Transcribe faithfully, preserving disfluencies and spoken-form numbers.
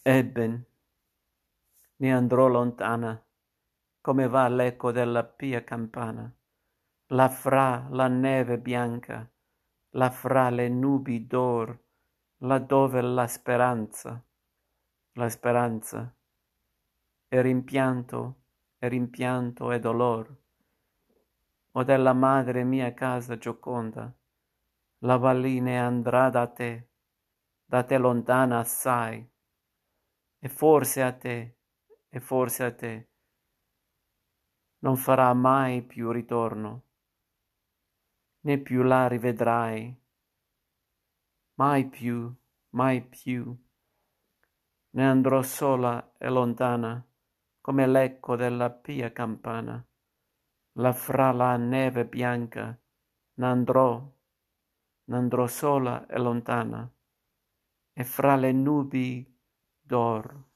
Ebben, ne andrò lontana, come va l'eco della pia campana, là fra la neve bianca, là fra le nubi d'or, là dove la speranza, la speranza, e rimpianto, e rimpianto e dolor, o della madre mia casa gioconda, la valline andrà da te, da te lontana assai, e forse a te, e forse a te, non farà mai più ritorno, né più la rivedrai, mai più, mai più. Ne andrò sola e lontana, come l'eco della pia campana, là fra la neve bianca, n'andrò, n'andrò sola e lontana, e fra le nubi d'or.